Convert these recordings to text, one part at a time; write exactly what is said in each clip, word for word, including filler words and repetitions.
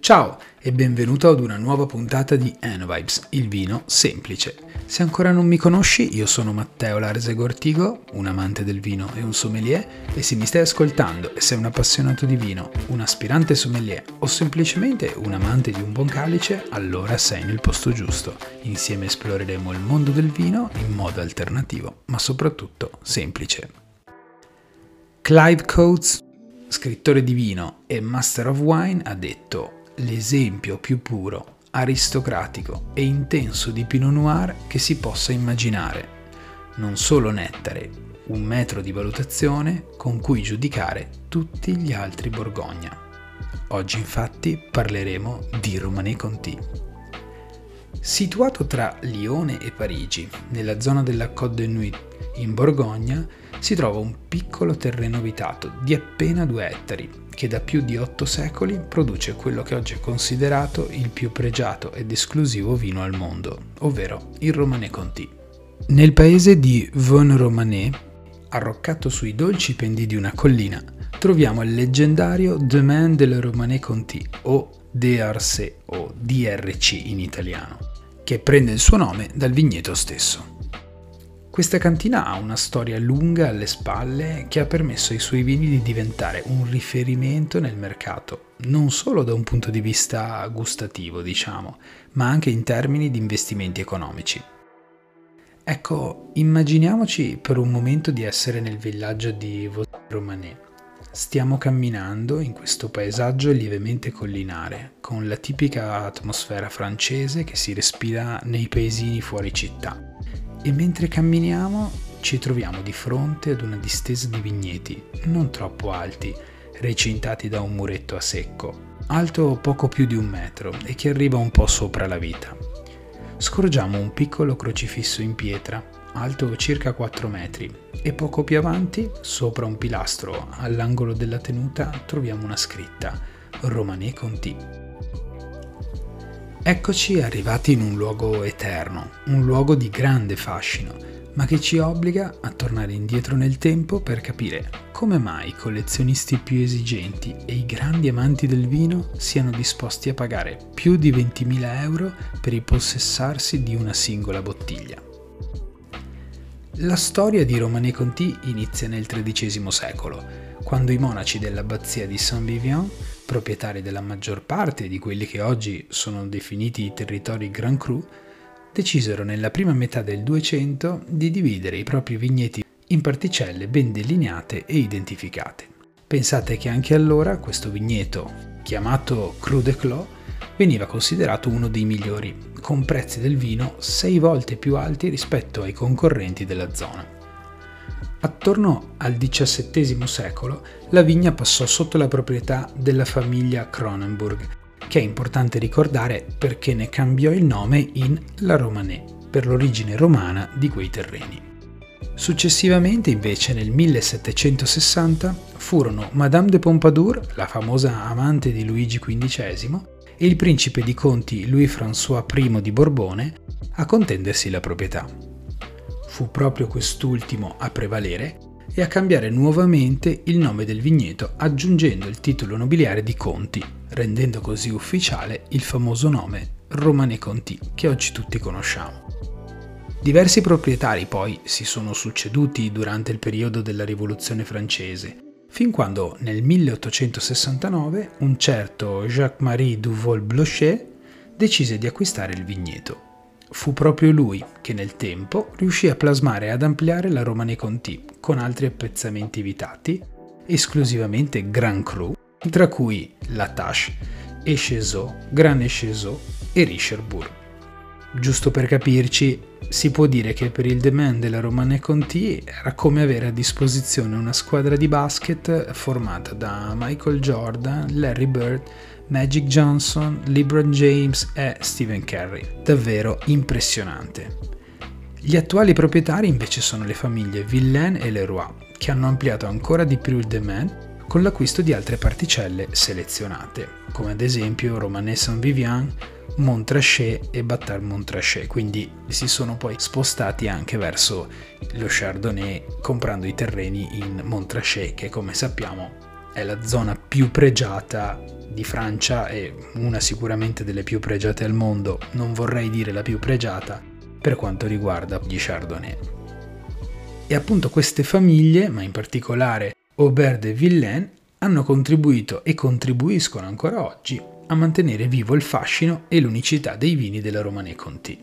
Ciao e benvenuto ad una nuova puntata di Enovibes, il vino semplice. Se ancora non mi conosci, io sono Matteo Larsegortigo, un amante del vino e un sommelier, e se mi stai ascoltando e sei un appassionato di vino, un aspirante sommelier o semplicemente un amante di un buon calice, allora sei nel posto giusto. Insieme esploreremo il mondo del vino in modo alternativo, ma soprattutto semplice. Clive Coates, scrittore di vino e master of wine, ha detto: l'esempio più puro, aristocratico e intenso di Pinot Noir che si possa immaginare. Non solo nettare, un metro di valutazione con cui giudicare tutti gli altri Borgogna. Oggi infatti parleremo di Romanée Conti. Situato tra Lione e Parigi, nella zona della Côte de Nuits, in Borgogna, si trova un piccolo terreno abitato di appena due ettari, che da più di otto secoli produce quello che oggi è considerato il più pregiato ed esclusivo vino al mondo, ovvero il Romanée Conti. Nel paese di Vosne-Romanée, arroccato sui dolci pendi di una collina, troviamo il leggendario Domaine de la Romanée Conti, o D R C o D R C in italiano, che prende il suo nome dal vigneto stesso. Questa cantina ha una storia lunga alle spalle che ha permesso ai suoi vini di diventare un riferimento nel mercato, non solo da un punto di vista gustativo, diciamo, ma anche in termini di investimenti economici. Ecco, immaginiamoci per un momento di essere nel villaggio di Vosne-Romanée. Stiamo camminando in questo paesaggio lievemente collinare, con la tipica atmosfera francese che si respira nei paesini fuori città. E mentre camminiamo ci troviamo di fronte ad una distesa di vigneti, non troppo alti, recintati da un muretto a secco, alto poco più di un metro e che arriva un po' sopra la vita. Scorgiamo un piccolo crocifisso in pietra, alto circa quattro metri, e poco più avanti, sopra un pilastro all'angolo della tenuta, troviamo una scritta: Romanée Conti. Eccoci arrivati in un luogo eterno, un luogo di grande fascino, ma che ci obbliga a tornare indietro nel tempo per capire come mai i collezionisti più esigenti e i grandi amanti del vino siano disposti a pagare più di ventimila euro per impossessarsi di una singola bottiglia. La storia di Romanée Conti inizia nel tredicesimo secolo, quando i monaci dell'abbazia di Saint-Vivien, proprietari della maggior parte di quelli che oggi sono definiti i territori Grand Cru, decisero nella prima metà del Duecento di dividere i propri vigneti in particelle ben delineate e identificate. Pensate che anche allora questo vigneto, chiamato Cru de Clos, veniva considerato uno dei migliori, con prezzi del vino sei volte più alti rispetto ai concorrenti della zona. Attorno al diciassettesimo secolo la vigna passò sotto la proprietà della famiglia Kronenburg, che è importante ricordare perché ne cambiò il nome in La Romanée, per l'origine romana di quei terreni. Successivamente, invece, nel millesettecentosessanta, furono Madame de Pompadour, la famosa amante di Luigi quindicesimo, e il principe di Conti Louis-François I di Borbone a contendersi la proprietà. Fu proprio quest'ultimo a prevalere e a cambiare nuovamente il nome del vigneto, aggiungendo il titolo nobiliare di Conti, rendendo così ufficiale il famoso nome Romanée Conti che oggi tutti conosciamo. Diversi proprietari poi si sono succeduti durante il periodo della Rivoluzione francese, fin quando nel milleottocentosessantanove un certo Jacques-Marie Duval-Blochet decise di acquistare il vigneto. Fu proprio lui che nel tempo riuscì a plasmare e ad ampliare la Romanée Conti con altri appezzamenti vitati, esclusivamente Grand Cru, tra cui La Tâche, Échezeaux, Grand Échezeaux e Richebourg. Giusto per capirci, si può dire che per il Domaine della Romanée Conti era come avere a disposizione una squadra di basket formata da Michael Jordan, Larry Bird, Magic Johnson, LeBron James e Stephen Curry. Davvero impressionante. Gli attuali proprietari invece sono le famiglie Villaine e Leroy, che hanno ampliato ancora di più il Domaine con l'acquisto di altre particelle selezionate, come ad esempio Romanée Saint-Vivien, Montrachet e Batard Montrachet, quindi si sono poi spostati anche verso lo Chardonnay comprando i terreni in Montrachet, che come sappiamo è la zona più pregiata di Francia e una sicuramente delle più pregiate al mondo, non vorrei dire la più pregiata, per quanto riguarda gli Chardonnay. E appunto queste famiglie, ma in particolare Aubert de Villaine, hanno contribuito e contribuiscono ancora oggi a mantenere vivo il fascino e l'unicità dei vini della Romanée-Conti.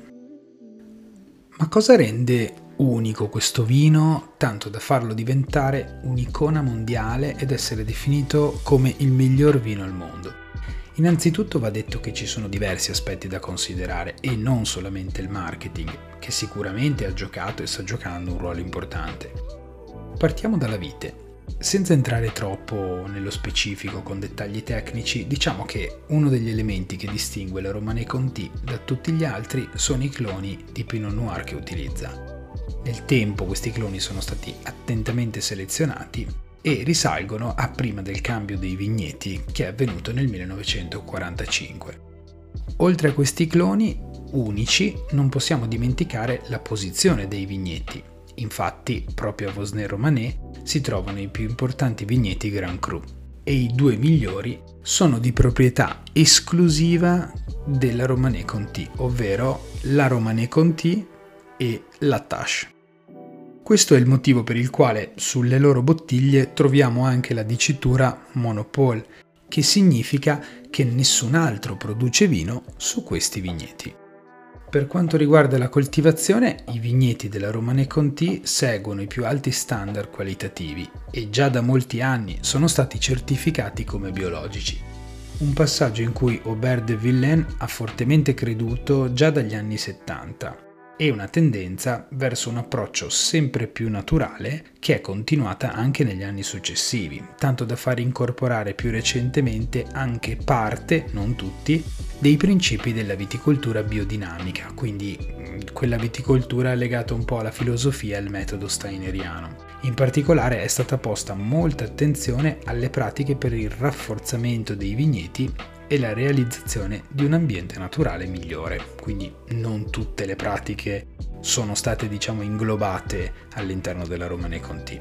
Ma cosa rende unico questo vino, tanto da farlo diventare un'icona mondiale ed essere definito come il miglior vino al mondo? Innanzitutto va detto che ci sono diversi aspetti da considerare e non solamente il marketing, che sicuramente ha giocato e sta giocando un ruolo importante. Partiamo dalla vite. Senza entrare troppo nello specifico con dettagli tecnici, diciamo che uno degli elementi che distingue la Romanée-Conti da tutti gli altri sono i cloni di Pinot Noir che utilizza. Nel tempo questi cloni sono stati attentamente selezionati e risalgono a prima del cambio dei vigneti che è avvenuto nel millenovecentoquarantacinque. Oltre a questi cloni unici non possiamo dimenticare la posizione dei vigneti. Infatti, proprio a Vosne-Romanée si trovano i più importanti vigneti Grand Cru e i due migliori sono di proprietà esclusiva della Romanée-Conti, ovvero la Romanée-Conti e la Tâche. Questo è il motivo per il quale sulle loro bottiglie troviamo anche la dicitura Monopole, che significa che nessun altro produce vino su questi vigneti. Per quanto riguarda la coltivazione, i vigneti della Romanée-Conti seguono i più alti standard qualitativi e già da molti anni sono stati certificati come biologici. Un passaggio in cui Aubert de Villaine ha fortemente creduto già dagli anni settanta e una tendenza verso un approccio sempre più naturale che è continuata anche negli anni successivi, tanto da far incorporare più recentemente anche parte, non tutti, dei principi della viticoltura biodinamica, quindi quella viticoltura legata un po' alla filosofia e al metodo steineriano. In particolare è stata posta molta attenzione alle pratiche per il rafforzamento dei vigneti e la realizzazione di un ambiente naturale migliore, quindi non tutte le pratiche sono state, diciamo, inglobate all'interno della Romanée-Conti.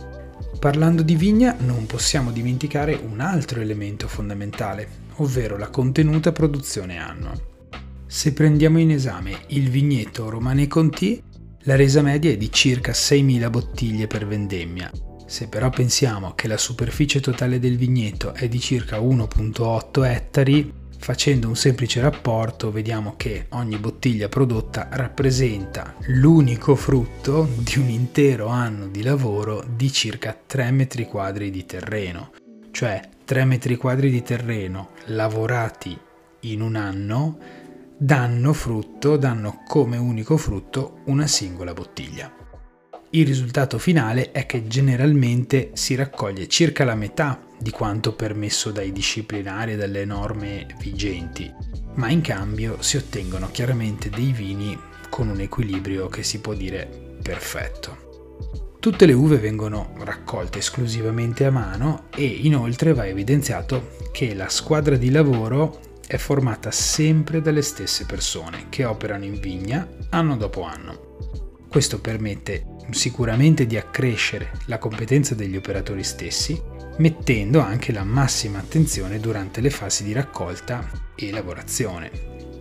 Parlando di vigna non possiamo dimenticare un altro elemento fondamentale, ovvero la contenuta produzione annua. Se prendiamo in esame il vigneto Romanée-Conti, la resa media è di circa seimila bottiglie per vendemmia. Se però pensiamo che la superficie totale del vigneto è di circa uno virgola otto ettari, facendo un semplice rapporto vediamo che ogni bottiglia prodotta rappresenta l'unico frutto di un intero anno di lavoro di circa tre metri quadri di terreno, cioè tre metri quadri di terreno lavorati in un anno danno frutto, danno come unico frutto una singola bottiglia. Il risultato finale è che generalmente si raccoglie circa la metà di quanto permesso dai disciplinari e dalle norme vigenti, ma in cambio si ottengono chiaramente dei vini con un equilibrio che si può dire perfetto. Tutte le uve vengono raccolte esclusivamente a mano e inoltre va evidenziato che la squadra di lavoro è formata sempre dalle stesse persone che operano in vigna anno dopo anno. Questo permette sicuramente di accrescere la competenza degli operatori stessi, mettendo anche la massima attenzione durante le fasi di raccolta e lavorazione.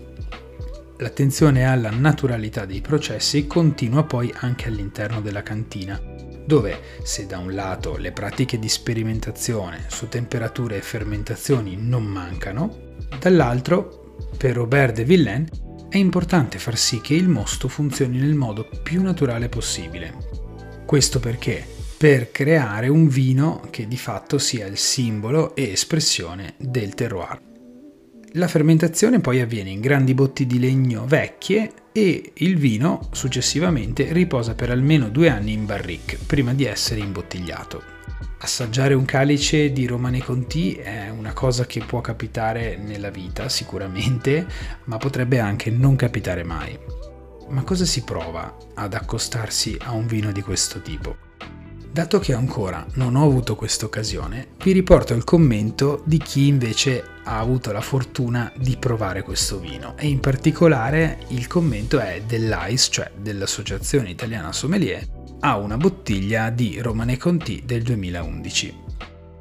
L'attenzione alla naturalità dei processi continua poi anche all'interno della cantina, dove se da un lato le pratiche di sperimentazione su temperature e fermentazioni non mancano, dall'altro, per Aubert de Villaine, è importante far sì che il mosto funzioni nel modo più naturale possibile. Questo perché? Per creare un vino che di fatto sia il simbolo e espressione del terroir. La fermentazione poi avviene in grandi botti di legno vecchie e il vino successivamente riposa per almeno due anni in barrique prima di essere imbottigliato. Assaggiare un calice di Romanée-Conti è una cosa che può capitare nella vita sicuramente, ma potrebbe anche non capitare mai. Ma cosa si prova ad accostarsi a un vino di questo tipo? Dato che ancora non ho avuto questa occasione, vi riporto il commento di chi invece ha avuto la fortuna di provare questo vino e in particolare il commento è dell'A I S, cioè dell'Associazione Italiana Sommelier, a una bottiglia di Romanée-Conti del duemilaundici.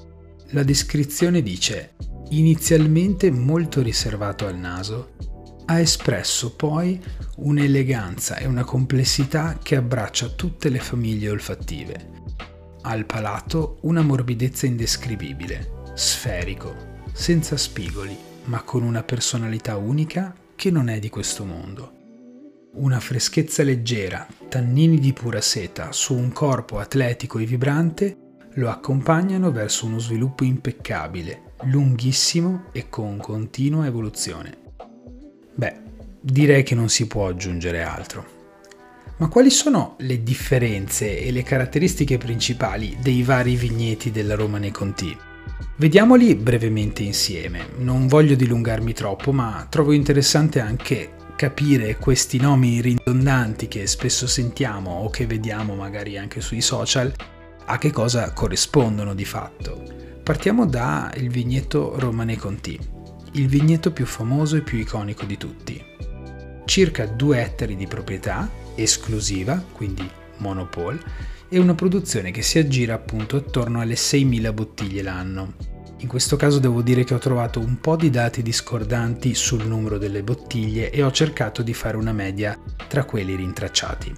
La descrizione dice: inizialmente molto riservato al naso, ha espresso poi un'eleganza e una complessità che abbraccia tutte le famiglie olfattive. Al palato una morbidezza indescrivibile, sferico, senza spigoli, ma con una personalità unica che non è di questo mondo. Una freschezza leggera, tannini di pura seta su un corpo atletico e vibrante lo accompagnano verso uno sviluppo impeccabile, lunghissimo e con continua evoluzione. Beh, direi che non si può aggiungere altro. Ma quali sono le differenze e le caratteristiche principali dei vari vigneti della Romanée Conti? Vediamoli brevemente insieme. Non voglio dilungarmi troppo, ma trovo interessante anche capire questi nomi ridondanti che spesso sentiamo o che vediamo magari anche sui social, a che cosa corrispondono di fatto. Partiamo dal vigneto Romanée Conti, il vigneto più famoso e più iconico di tutti. Circa due ettari di proprietà, esclusiva, quindi monopole, e una produzione che si aggira appunto attorno alle seimila bottiglie l'anno. In questo caso devo dire che ho trovato un po' di dati discordanti sul numero delle bottiglie e ho cercato di fare una media tra quelli rintracciati.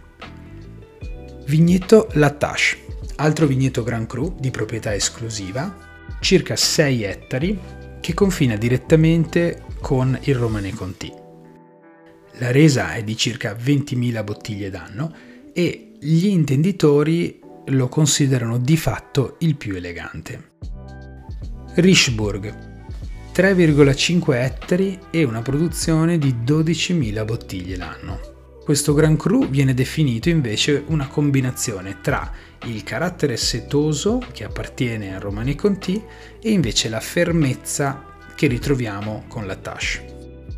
Vigneto La Tâche, altro vigneto Grand Cru di proprietà esclusiva, circa sei ettari, che confina direttamente con il Romanée Conti. La resa è di circa ventimila bottiglie d'anno e gli intenditori lo considerano di fatto il più elegante. Richebourg, tre virgola cinque ettari e una produzione di dodicimila bottiglie l'anno. Questo Grand Cru viene definito invece una combinazione tra il carattere setoso che appartiene al Romanée Conti e invece la fermezza che ritroviamo con la Tâche.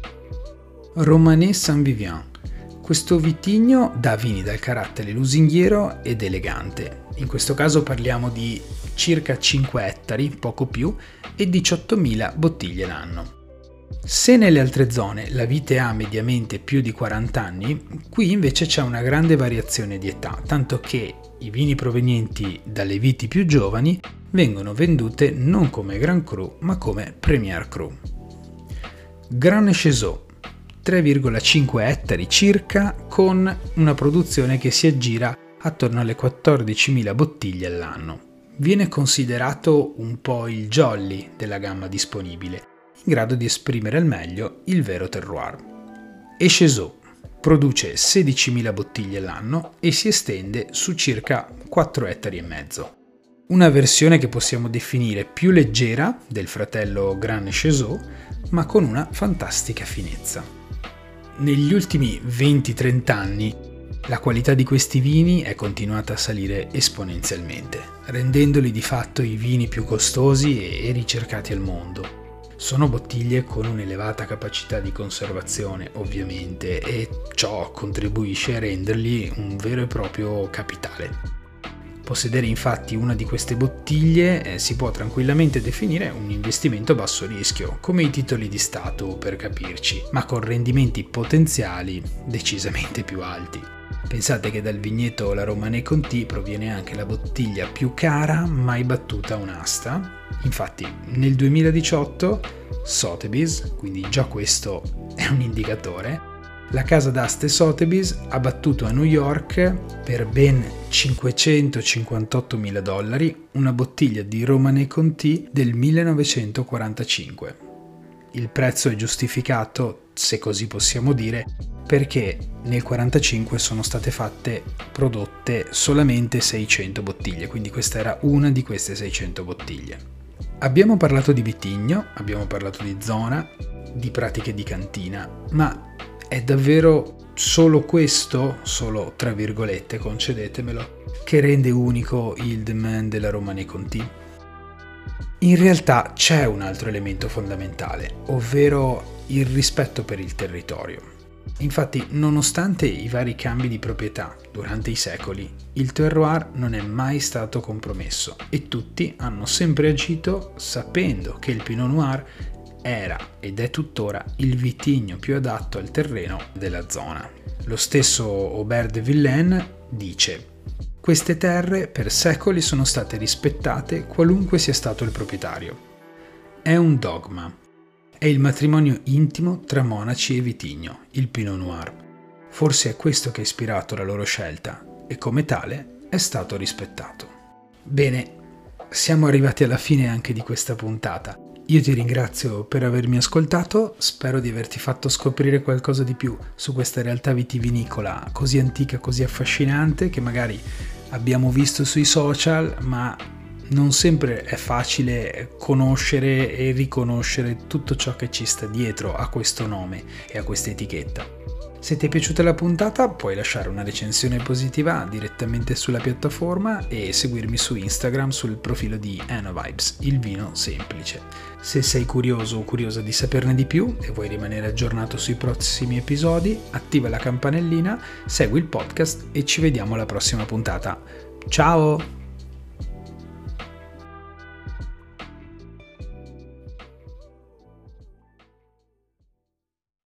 Romanée Saint-Vivien. Questo vitigno dà vini dal carattere lusinghiero ed elegante. In questo caso parliamo di circa cinque ettari, poco più, e diciottomila bottiglie l'anno. Se nelle altre zone la vite ha mediamente più di quaranta anni, qui invece c'è una grande variazione di età, tanto che i vini provenienti dalle viti più giovani vengono vendute non come Grand Cru, ma come Premier Cru. Grand Chesseau, tre virgola cinque ettari circa, con una produzione che si aggira attorno alle quattordicimila bottiglie all'anno. Viene considerato un po' il jolly della gamma disponibile, in grado di esprimere al meglio il vero terroir. E Chesseau produce sedicimila bottiglie all'anno e si estende su circa quattro ettari e mezzo. Una versione che possiamo definire più leggera del fratello Grand Chesseau, ma con una fantastica finezza. Negli ultimi venti trenta anni la qualità di questi vini è continuata a salire esponenzialmente, rendendoli di fatto i vini più costosi e ricercati al mondo. Sono bottiglie con un'elevata capacità di conservazione, ovviamente, e ciò contribuisce a renderli un vero e proprio capitale. Possedere infatti una di queste bottiglie eh, si può tranquillamente definire un investimento a basso rischio, come i titoli di Stato per capirci, ma con rendimenti potenziali decisamente più alti. Pensate che dal vigneto La Romanée Conti proviene anche la bottiglia più cara mai battuta a un'asta. Infatti nel duemiladiciotto Sotheby's, quindi già questo è un indicatore, la casa d'aste Sotheby's ha battuto a New York per ben cinquecentocinquantottomila dollari una bottiglia di Romanée Conti del millenovecentoquarantacinque. Il prezzo è giustificato, se così possiamo dire, perché nel quarantacinque sono state fatte prodotte solamente seicento bottiglie, quindi questa era una di queste seicento bottiglie. Abbiamo parlato di vitigno, abbiamo parlato di zona, di pratiche di cantina, ma è davvero solo questo, solo tra virgolette, concedetemelo, che rende unico il domaine della Romanée Conti? In realtà c'è un altro elemento fondamentale, ovvero il rispetto per il territorio. Infatti, nonostante i vari cambi di proprietà durante i secoli, il terroir non è mai stato compromesso e tutti hanno sempre agito sapendo che il Pinot Noir era ed è tuttora il vitigno più adatto al terreno della zona. Lo stesso Aubert de Villaine dice: Queste terre per secoli sono state rispettate qualunque sia stato il proprietario. È un dogma. È il matrimonio intimo tra monaci e vitigno, il Pinot Noir. Forse è questo che ha ispirato la loro scelta e come tale è stato rispettato. Bene, siamo arrivati alla fine anche di questa puntata. Io ti ringrazio per avermi ascoltato, spero di averti fatto scoprire qualcosa di più su questa realtà vitivinicola così antica, così affascinante, che magari abbiamo visto sui social, ma non sempre è facile conoscere e riconoscere tutto ciò che ci sta dietro a questo nome e a questa etichetta. Se ti è piaciuta la puntata puoi lasciare una recensione positiva direttamente sulla piattaforma e seguirmi su Instagram sul profilo di Enovibes, il vino semplice. Se sei curioso o curiosa di saperne di più e vuoi rimanere aggiornato sui prossimi episodi, attiva la campanellina, segui il podcast e ci vediamo alla prossima puntata. Ciao!